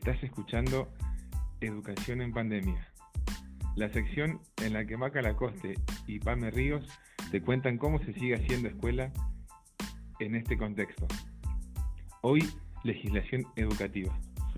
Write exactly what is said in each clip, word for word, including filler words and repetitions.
Estás escuchando Educación en Pandemia, la sección en la que Maca Lacoste y Pame Ríos te cuentan cómo se sigue haciendo escuela en este contexto. Hoy, legislación educativa.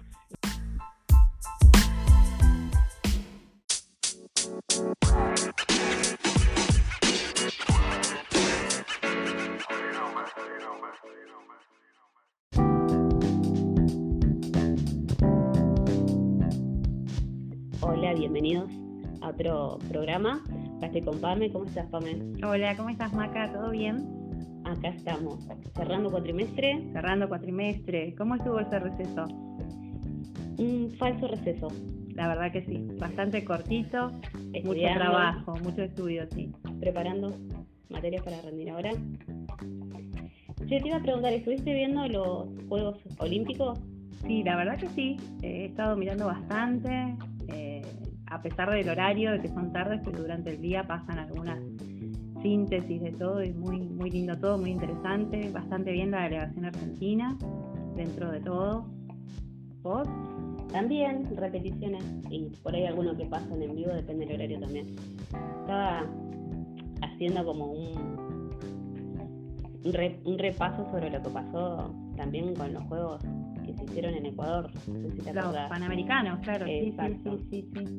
Hola, bienvenidos a otro programa. Acá estoy con Pame. ¿Cómo estás, Pame? Hola, ¿cómo estás, Maca? ¿Todo bien? Acá estamos, cerrando cuatrimestre. Cerrando cuatrimestre. ¿Cómo estuvo ese receso? Un falso receso. La verdad que sí, bastante cortito, Estudiando, mucho trabajo, mucho estudio, sí. Preparando materias para rendir ahora. Yo te iba a preguntar, ¿estuviste viendo los Juegos Olímpicos? Sí, la verdad que sí, eh, he estado mirando bastante, eh, a pesar del horario, de que son tardes, pero durante el día pasan algunas síntesis de todo y muy, muy lindo todo, muy interesante, bastante bien la delegación argentina, dentro de todo. ¿Vos? También, repeticiones, y por ahí algunos que pasan en vivo, depende del horario también. Estaba haciendo como un, un, re, un repaso sobre lo que pasó también con los Juegos que se hicieron en Ecuador. No sé si te Los acordás. Panamericanos, claro, sí, Exacto. sí, sí, sí, sí.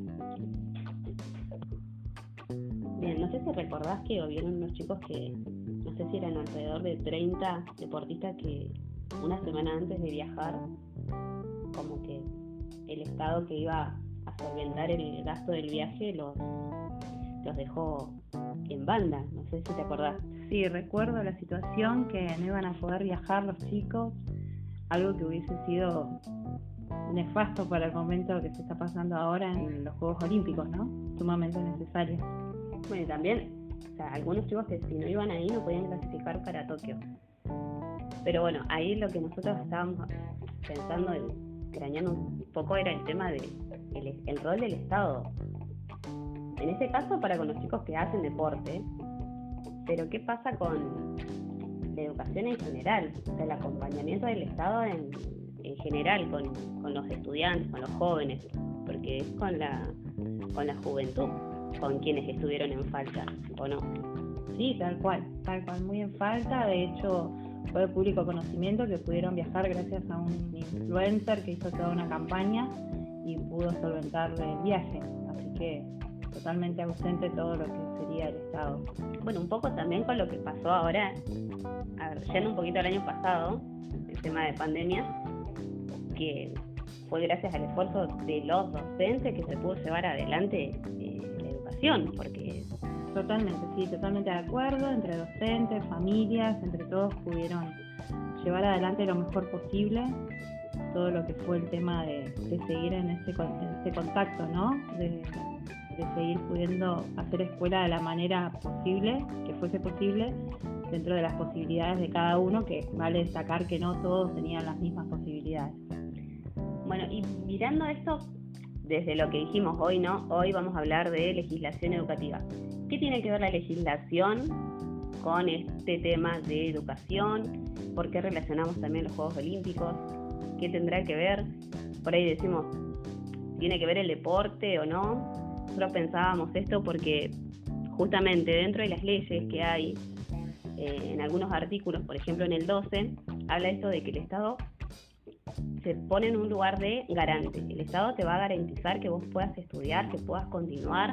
Bien, no sé si recordás que hubieron unos chicos que, no sé si eran alrededor de treinta deportistas que una semana antes de viajar, como que el Estado que iba a solventar el gasto del viaje los, los dejó en banda, no sé si te acordás. Sí, recuerdo la situación, que no iban a poder viajar los chicos, algo que hubiese sido nefasto para el momento que se está pasando ahora en los Juegos Olímpicos, ¿no? Sumamente necesario. Bueno, y también, o sea, algunos chicos que si no iban ahí no podían clasificar para Tokio. Pero bueno, ahí lo que nosotros estábamos pensando, el, craneando un poco, era el tema de el, el rol del Estado. En este caso para con los chicos que hacen deporte, pero ¿qué pasa con la educación en general? O sea, el acompañamiento del Estado en, en general con, con los estudiantes, con los jóvenes, porque es con la, con la juventud con quienes estuvieron en falta, ¿o no? Sí, tal cual, tal cual, muy en falta. De hecho, fue de público conocimiento que pudieron viajar gracias a un influencer que hizo toda una campaña y pudo solventarle el viaje. Así que totalmente ausente todo lo que sería el Estado. Bueno, un poco también con lo que pasó ahora, a ver, yendo un poquito al año pasado, el tema de pandemia, que fue gracias al esfuerzo de los docentes que se pudo llevar adelante eh, la educación, porque... Totalmente, sí, totalmente de acuerdo, entre docentes, familias, entre todos pudieron llevar adelante lo mejor posible todo lo que fue el tema de, de seguir en ese, en ese contacto, ¿no? De, de seguir pudiendo hacer escuela de la manera posible, que fuese posible, dentro de las posibilidades de cada uno, que vale destacar que no todos tenían las mismas posibilidades. Bueno, y mirando esto desde lo que dijimos hoy, ¿no? Hoy vamos a hablar de legislación educativa. ¿Qué tiene que ver la legislación con este tema de educación? ¿Por qué relacionamos también los Juegos Olímpicos? ¿Qué tendrá que ver? Por ahí decimos, ¿tiene que ver el deporte o no? Nosotros pensábamos esto porque justamente dentro de las leyes que hay, eh, en algunos artículos, por ejemplo en el doce, habla esto de que el Estado se pone en un lugar de garante. El Estado te va a garantizar que vos puedas estudiar, que puedas continuar,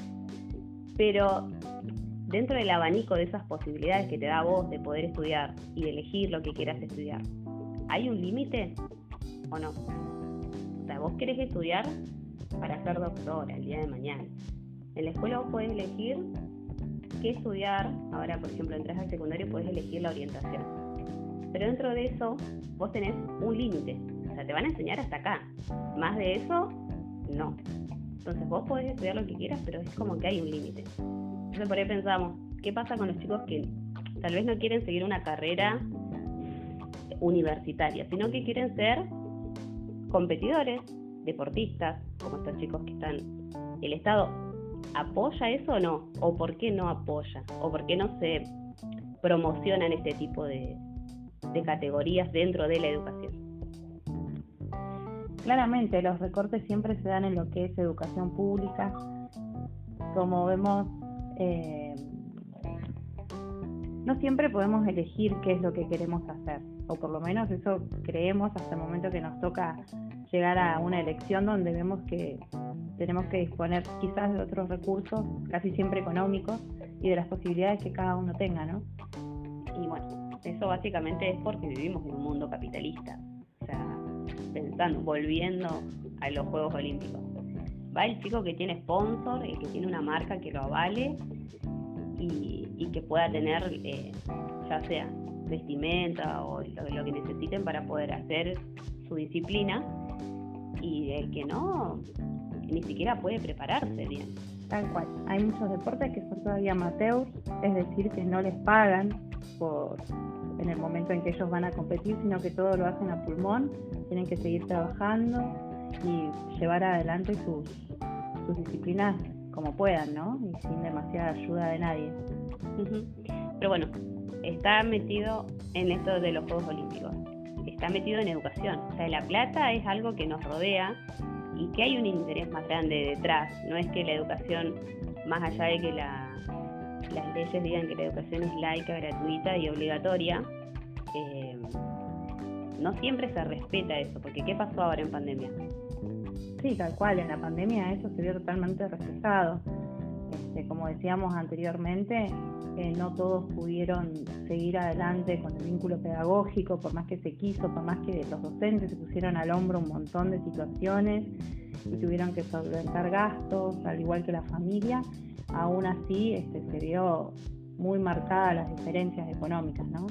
pero dentro del abanico de esas posibilidades que te da a vos de poder estudiar y de elegir lo que quieras estudiar, ¿hay un límite o no? O sea, vos querés estudiar para ser doctora el día de mañana. En la escuela vos podés elegir qué estudiar. Ahora, por ejemplo, entras al secundario y podés elegir la orientación. Pero dentro de eso, vos tenés un límite. O sea, te van a enseñar hasta acá. Más de eso, no. Entonces vos podés estudiar lo que quieras, pero es como que hay un límite. Entonces por ahí pensamos, ¿qué pasa con los chicos que tal vez no quieren seguir una carrera universitaria, sino que quieren ser competidores, deportistas, como estos chicos que están? ¿El Estado apoya eso o no? ¿O por qué no apoya? ¿O por qué no se promocionan este tipo de, de categorías dentro de la educación? claramente los recortes siempre se dan en lo que es educación pública. Como vemos, eh, no siempre podemos elegir qué es lo que queremos hacer, o por lo menos eso creemos hasta el momento que nos toca llegar a una elección donde vemos que tenemos que disponer quizás de otros recursos, casi siempre económicos, y de las posibilidades que cada uno tenga, ¿no? Y bueno, eso básicamente es porque vivimos en un mundo capitalista. O sea, pensando, volviendo a los Juegos Olímpicos. Va el chico que tiene sponsor, el que tiene una marca que lo avale y, y que pueda tener, eh, ya sea vestimenta o lo, lo que necesiten para poder hacer su disciplina, y el que no, ni siquiera puede prepararse bien. Tal cual. Hay muchos deportes que son todavía amateurs, es decir, que no les pagan por en el momento en que ellos van a competir, sino que todo lo hacen a pulmón, tienen que seguir trabajando y llevar adelante sus, sus disciplinas como puedan, ¿no? Y sin demasiada ayuda de nadie. Uh-huh. Pero bueno, está metido en esto de los Juegos Olímpicos, está metido en educación. O sea, la plata es algo que nos rodea y que hay un interés más grande detrás. No es que la educación, más allá de que la, las leyes digan que la educación es laica, gratuita y obligatoria, eh, no siempre se respeta eso, porque ¿qué pasó ahora en pandemia? Sí, tal cual, en la pandemia eso se vio totalmente reflejado. Este, como decíamos anteriormente, eh, no todos pudieron seguir adelante con el vínculo pedagógico, por más que se quiso, por más que los docentes se pusieron al hombro un montón de situaciones y tuvieron que solventar gastos, al igual que la familia. Aún así este, se vio muy marcadas las diferencias económicas, ¿no?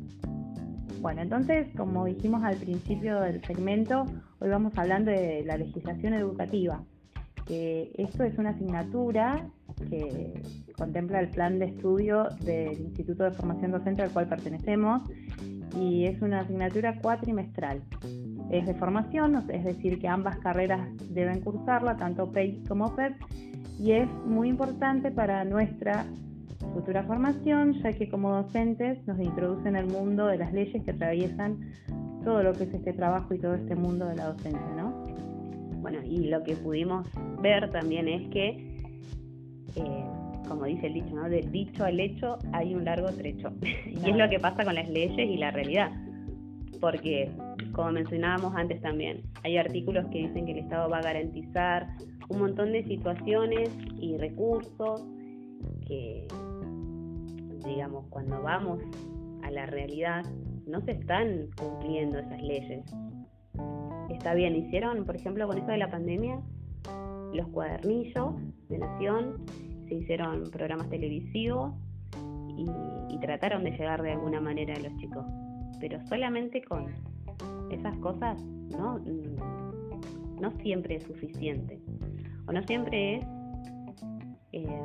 Bueno, entonces, como dijimos al principio del segmento, hoy vamos hablando de la legislación educativa, que esto es una asignatura que contempla el plan de estudio del Instituto de Formación Docente al cual pertenecemos, y es una asignatura cuatrimestral. Es de formación, es decir, que ambas carreras deben cursarla, tanto P E I como P E P, y es muy importante para nuestra futura formación, ya que como docentes nos introducen en el mundo de las leyes que atraviesan todo lo que es este trabajo y todo este mundo de la docencia, ¿no? Bueno, y lo que pudimos ver también es que, eh, como dice el dicho, ¿no? Del dicho al hecho hay un largo trecho. Y es lo que pasa con las leyes y la realidad. Porque, como mencionábamos antes también, hay artículos que dicen que el Estado va a garantizar un montón de situaciones y recursos que, digamos, cuando vamos a la realidad, no se están cumpliendo esas leyes. Está bien, hicieron, por ejemplo, con esto de la pandemia, los cuadernillos de Nación, se hicieron programas televisivos y, y trataron de llegar de alguna manera a los chicos. Pero solamente con esas cosas no, no siempre es suficiente. O no siempre es eh,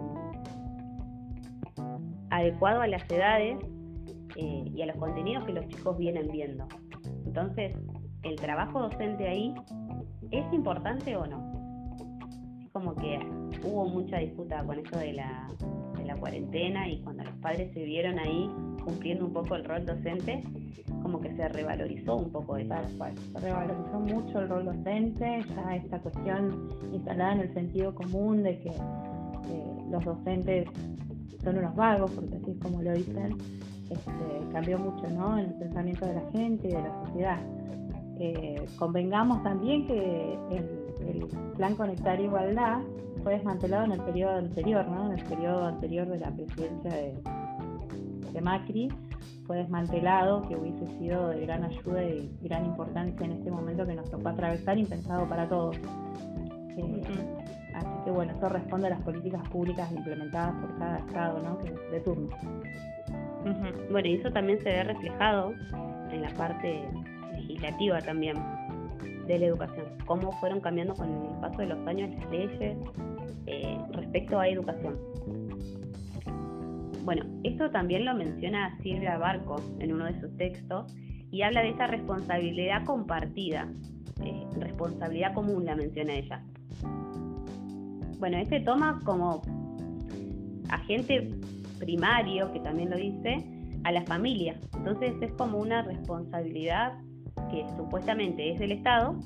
adecuado a las edades eh, y a los contenidos que los chicos vienen viendo. Entonces, ¿el trabajo docente ahí es importante o no? Como que hubo mucha disputa con esto de la, de la cuarentena, y cuando los padres se vieron ahí cumpliendo un poco el rol docente, como que se revalorizó un poco eso. Tal cual, se revalorizó mucho el rol docente, ya esta cuestión instalada en el sentido común de que eh, los docentes son unos vagos, porque así es como lo dicen, este, cambió mucho, ¿no?, en el pensamiento de la gente y de la sociedad. Eh, convengamos también que el, el plan Conectar Igualdad fue desmantelado en el periodo anterior, ¿no? En el periodo anterior de la presidencia de, de Macri, fue desmantelado, que hubiese sido de gran ayuda y gran importancia en este momento que nos tocó atravesar, impensado para todos. Eh, uh-huh. Así que bueno, eso responde a las políticas públicas implementadas por cada estado, ¿no?, que de turno. Uh-huh. Bueno, y eso también se ve reflejado en la parte legislativa también de la educación, cómo fueron cambiando con el paso de los años las leyes eh, respecto a educación. Bueno, esto también lo menciona Silvia Barco en uno de sus textos y habla de esa responsabilidad compartida, eh, responsabilidad común la menciona ella. Bueno, este toma como agente primario, que también lo dice, a la familia. Entonces es como una responsabilidad que supuestamente es del Estado,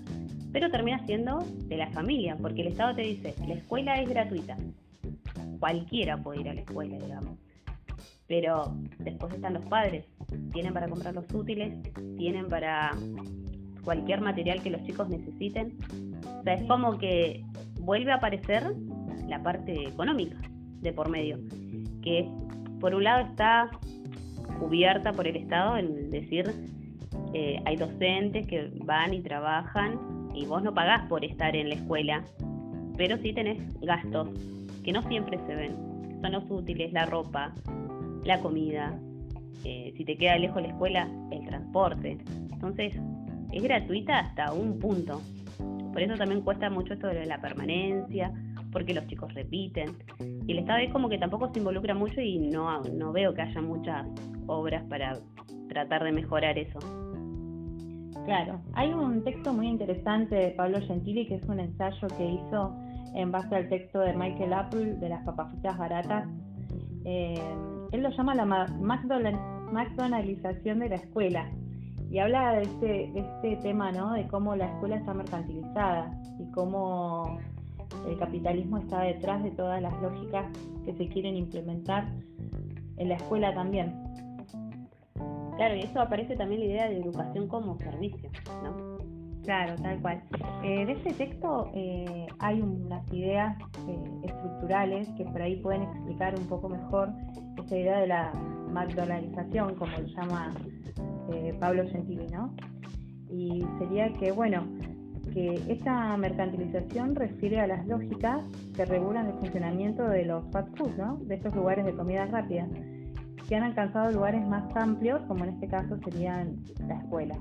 pero termina siendo de la familia, porque el Estado te dice, la escuela es gratuita, cualquiera puede ir a la escuela, digamos, pero después están los padres, tienen para comprar los útiles, tienen para cualquier material que los chicos necesiten, o sea, es como que vuelve a aparecer la parte económica de por medio, que por un lado está cubierta por el Estado, en decir, eh, hay docentes que van y trabajan y vos no pagás por estar en la escuela, pero sí tenés gastos que no siempre se ven, son los útiles, la ropa, la comida, eh, si te queda lejos la escuela, el transporte. Entonces es gratuita hasta un punto, por eso también cuesta mucho esto de la permanencia, porque los chicos repiten, y el Estado es como que tampoco se involucra mucho y no, no veo que haya muchas obras para tratar de mejorar eso. Claro, hay un texto muy interesante de Pablo Gentili, que es un ensayo que hizo en base al texto de Michael Apple de las papas fritas baratas. Eh, él lo llama la McDonaldización de la escuela, y habla de este, de este tema, ¿no? De cómo la escuela está mercantilizada y cómo el capitalismo está detrás de todas las lógicas que se quieren implementar en la escuela también. Claro, y eso aparece también la idea de educación como servicio, ¿no? Claro, tal cual. Eh, de este texto eh, hay unas ideas eh, estructurales que por ahí pueden explicar un poco mejor esta idea de la McDonaldización, como lo llama eh, Pablo Gentili, ¿no? Y sería que, bueno, que esta mercantilización refiere a las lógicas que regulan el funcionamiento de los fast food, ¿no? De estos lugares de comida rápida, que han alcanzado lugares más amplios, como en este caso serían la escuela.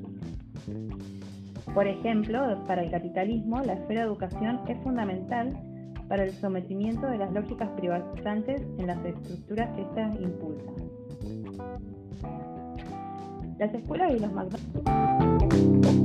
Por ejemplo, para el capitalismo, la esfera de educación es fundamental para el sometimiento de las lógicas privatizantes en las estructuras que éstas impulsan. Las escuelas y los McDonald's.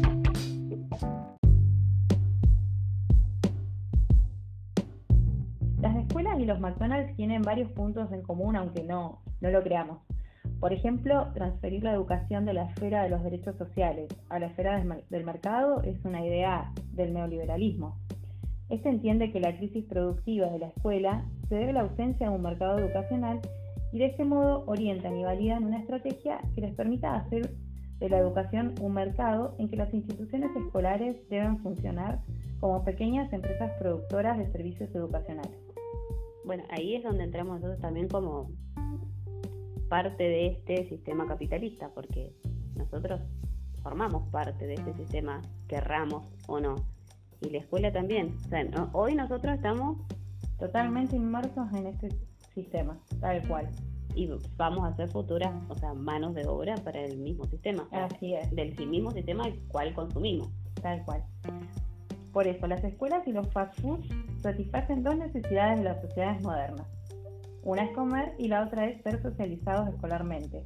Las escuelas y los McDonald's tienen varios puntos en común, aunque no, no lo creamos. Por ejemplo, transferir la educación de la esfera de los derechos sociales a la esfera del mercado es una idea del neoliberalismo. Este entiende que la crisis productiva de la escuela se debe a la ausencia de un mercado educacional y de este modo orientan y validan una estrategia que les permita hacer de la educación un mercado en que las instituciones escolares deben funcionar como pequeñas empresas productoras de servicios educacionales. Bueno, ahí es donde entramos nosotros también como parte de este sistema capitalista, porque nosotros formamos parte de este sistema, querramos o no, y la escuela también. O sea, no, hoy nosotros estamos totalmente inmersos en este sistema, tal cual. Y vamos a ser futuras, o sea, manos de obra para el mismo sistema. O sea, así es. Del mismo sistema al cual consumimos. Tal cual. Por eso, las escuelas y los fast food satisfacen dos necesidades de las sociedades modernas. Una es comer y la otra es ser socializados escolarmente.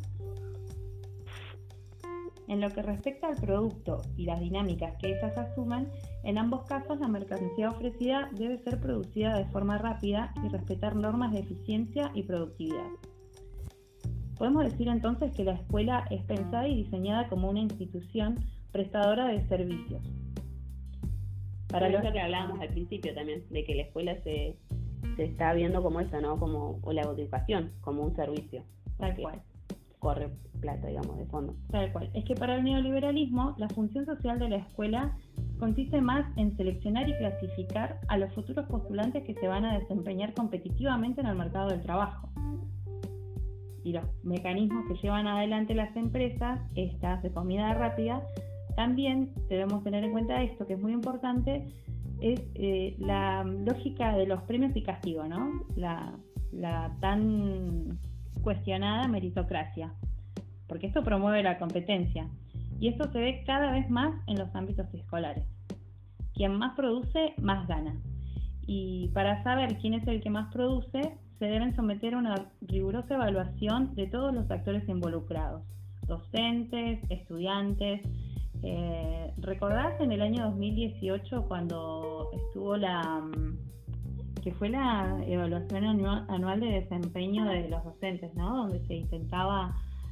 En lo que respecta al producto y las dinámicas que ellas asumen, en ambos casos la mercancía ofrecida debe ser producida de forma rápida y respetar normas de eficiencia y productividad. Podemos decir entonces que la escuela es pensada y diseñada como una institución prestadora de servicios. Para lo que hablábamos al principio también, de que la escuela se, se está viendo como eso, ¿no? Como o la educación, como un servicio. Tal cual. Corre plata, digamos, de fondo. Tal cual. Es que para el neoliberalismo, la función social de la escuela consiste más en seleccionar y clasificar a los futuros postulantes que se van a desempeñar competitivamente en el mercado del trabajo. Y los mecanismos que llevan adelante las empresas, estas de comida rápida, también debemos tener en cuenta esto, que es muy importante, es eh, la lógica de los premios y castigos, ¿no? La, la tan cuestionada meritocracia, porque esto promueve la competencia y esto se ve cada vez más en los ámbitos escolares. Quien más produce, más gana, y para saber quién es el que más produce, se deben someter a una rigurosa evaluación de todos los actores involucrados, docentes, estudiantes. Eh, ¿Recordás en el año dos mil dieciocho cuando estuvo la que fue la evaluación anual de desempeño de los docentes, ¿no? Donde se intentaba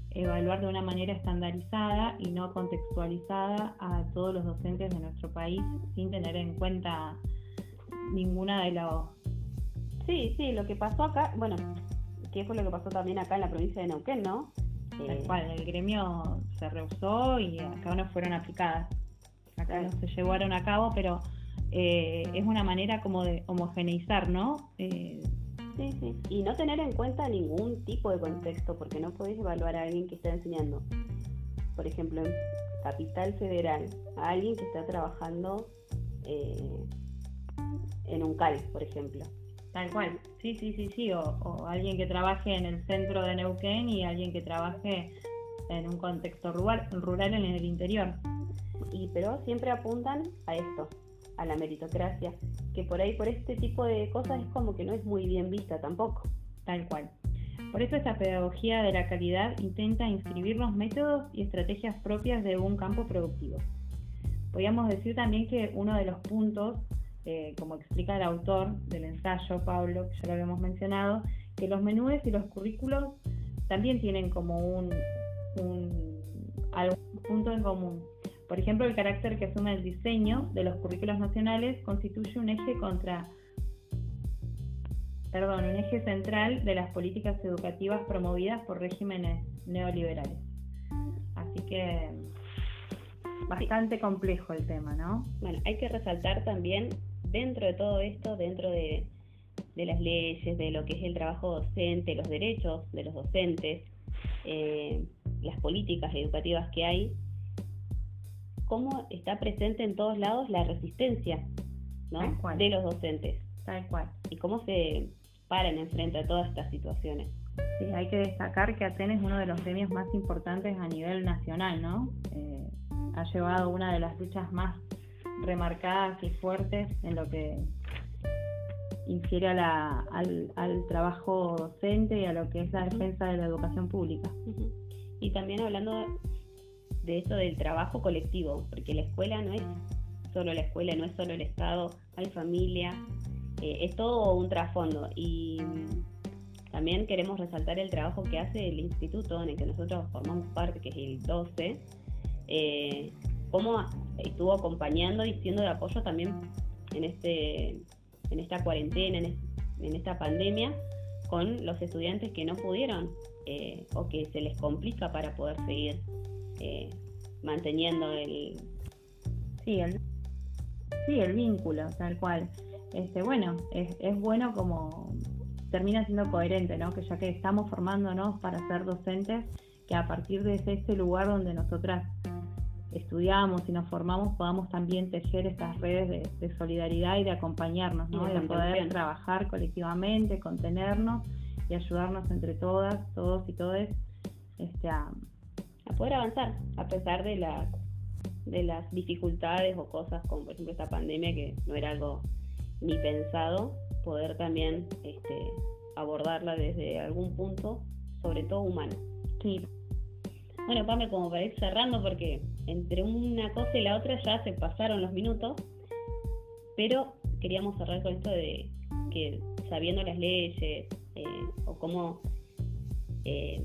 evaluar de una manera estandarizada y no contextualizada a todos los docentes de nuestro país sin tener en cuenta ninguna de los... Sí, sí, lo que pasó acá, bueno, que fue lo que pasó también acá en la provincia de Neuquén, ¿no? Tal Eh, cual, el gremio se rehusó y acá no fueron aplicadas. Acá no se llevaron a cabo, pero eh, es una manera como de homogeneizar, ¿no? Eh, Sí, sí. Y no tener en cuenta ningún tipo de contexto, porque no podés evaluar a alguien que está enseñando, por ejemplo, en Capital Federal, a alguien que está trabajando eh, en un C A L, por ejemplo. Tal cual, sí, sí, sí, sí, o, o alguien que trabaje en el centro de Neuquén y alguien que trabaje en un contexto rural, rural en el interior. Y pero siempre apuntan a esto, a la meritocracia, que por ahí, por este tipo de cosas, es como que no es muy bien vista tampoco. Tal cual. Por eso esta pedagogía de la calidad intenta inscribir los métodos y estrategias propias de un campo productivo. Podríamos decir también que uno de los puntos, eh, como explica el autor del ensayo, Pablo, que ya lo habíamos mencionado, que los menúes y los currículos también tienen como un, un algún punto en común. Por ejemplo, el carácter que asume el diseño de los currículos nacionales constituye un eje contra, perdón, un eje central de las políticas educativas promovidas por regímenes neoliberales. Así que bastante sí. Complejo el tema, ¿no? Bueno, hay que resaltar también, dentro de todo esto, dentro de, de las leyes, de lo que es el trabajo docente, los derechos de los docentes, eh, las políticas educativas que hay, cómo está presente en todos lados la resistencia, ¿no? De los docentes. Tal cual. Y cómo se paran enfrente a todas estas situaciones. Sí, hay que destacar que Aten es uno de los gremios más importantes a nivel nacional, ¿no? Eh, ha llevado una de las luchas más remarcadas y fuertes en lo que infiere a la, al, al trabajo docente y a lo que es la defensa de la educación pública. Uh-huh. Y también hablando de eso del trabajo colectivo, porque la escuela no es solo la escuela, no es solo el Estado, hay familia, eh, es todo un trasfondo. Y también queremos resaltar el trabajo que hace el instituto en el que nosotros formamos parte, que es el doce, eh, cómo estuvo acompañando y siendo de apoyo también en este en esta cuarentena, en, es, en esta pandemia, con los estudiantes que no pudieron eh, o que se les complica para poder seguir eh, manteniendo el... Sí, el sí el vínculo, tal cual. Este, bueno, es, es bueno como termina siendo coherente, ¿no? Que ya que estamos formándonos para ser docentes, que a partir de este lugar donde nosotras estudiamos y nos formamos, podamos también tejer estas redes de, de solidaridad y de acompañarnos, ¿no? Y de poder trabajar colectivamente, contenernos y ayudarnos entre todas, todos y todes este, a, a poder avanzar, a pesar de las de las dificultades o cosas como por ejemplo esta pandemia, que no era algo ni pensado, poder también este, abordarla desde algún punto, sobre todo humano. Sí. Bueno, Pame, como para ir cerrando, porque entre una cosa y la otra ya se pasaron los minutos, pero queríamos cerrar con esto de que sabiendo las leyes eh, o cómo eh,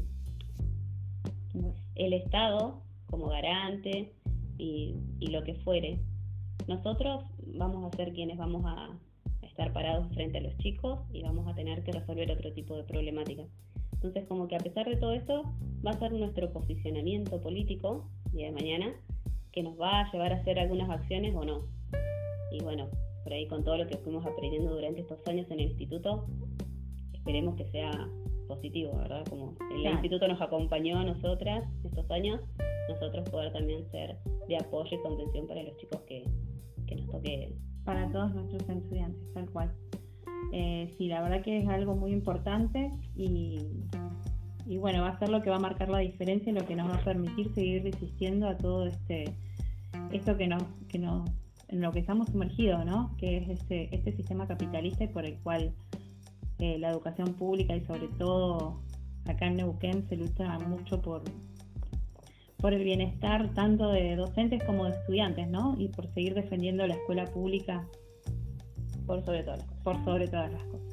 el Estado como garante y, y lo que fuere, nosotros vamos a ser quienes vamos a estar parados frente a los chicos y vamos a tener que resolver otro tipo de problemáticas. Entonces, como que a pesar de todo esto, va a ser nuestro posicionamiento político día de mañana que nos va a llevar a hacer algunas acciones o no. Y bueno, por ahí con todo lo que fuimos aprendiendo durante estos años en el instituto, esperemos que sea positivo, ¿verdad? Como el claro. instituto nos acompañó a nosotras estos años, nosotros poder también ser de apoyo y contención para los chicos que, que nos toque. Para todos nuestros estudiantes, tal cual. Eh, sí, la verdad que es algo muy importante y, y bueno, va a ser lo que va a marcar la diferencia y lo que nos va a permitir seguir resistiendo a todo este esto que nos, que nos en lo que estamos sumergidos, ¿no? Que es este, este sistema capitalista y por el cual eh, la educación pública y sobre todo acá en Neuquén se lucha mucho por por el bienestar tanto de docentes como de estudiantes, ¿no? Y por seguir defendiendo la escuela pública por sobre todas las cosas. Por sobre todas las cosas.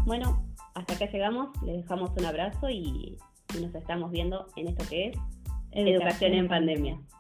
Bueno, hasta acá llegamos, les dejamos un abrazo y, y nos estamos viendo en esto que es Educación en Pandemia.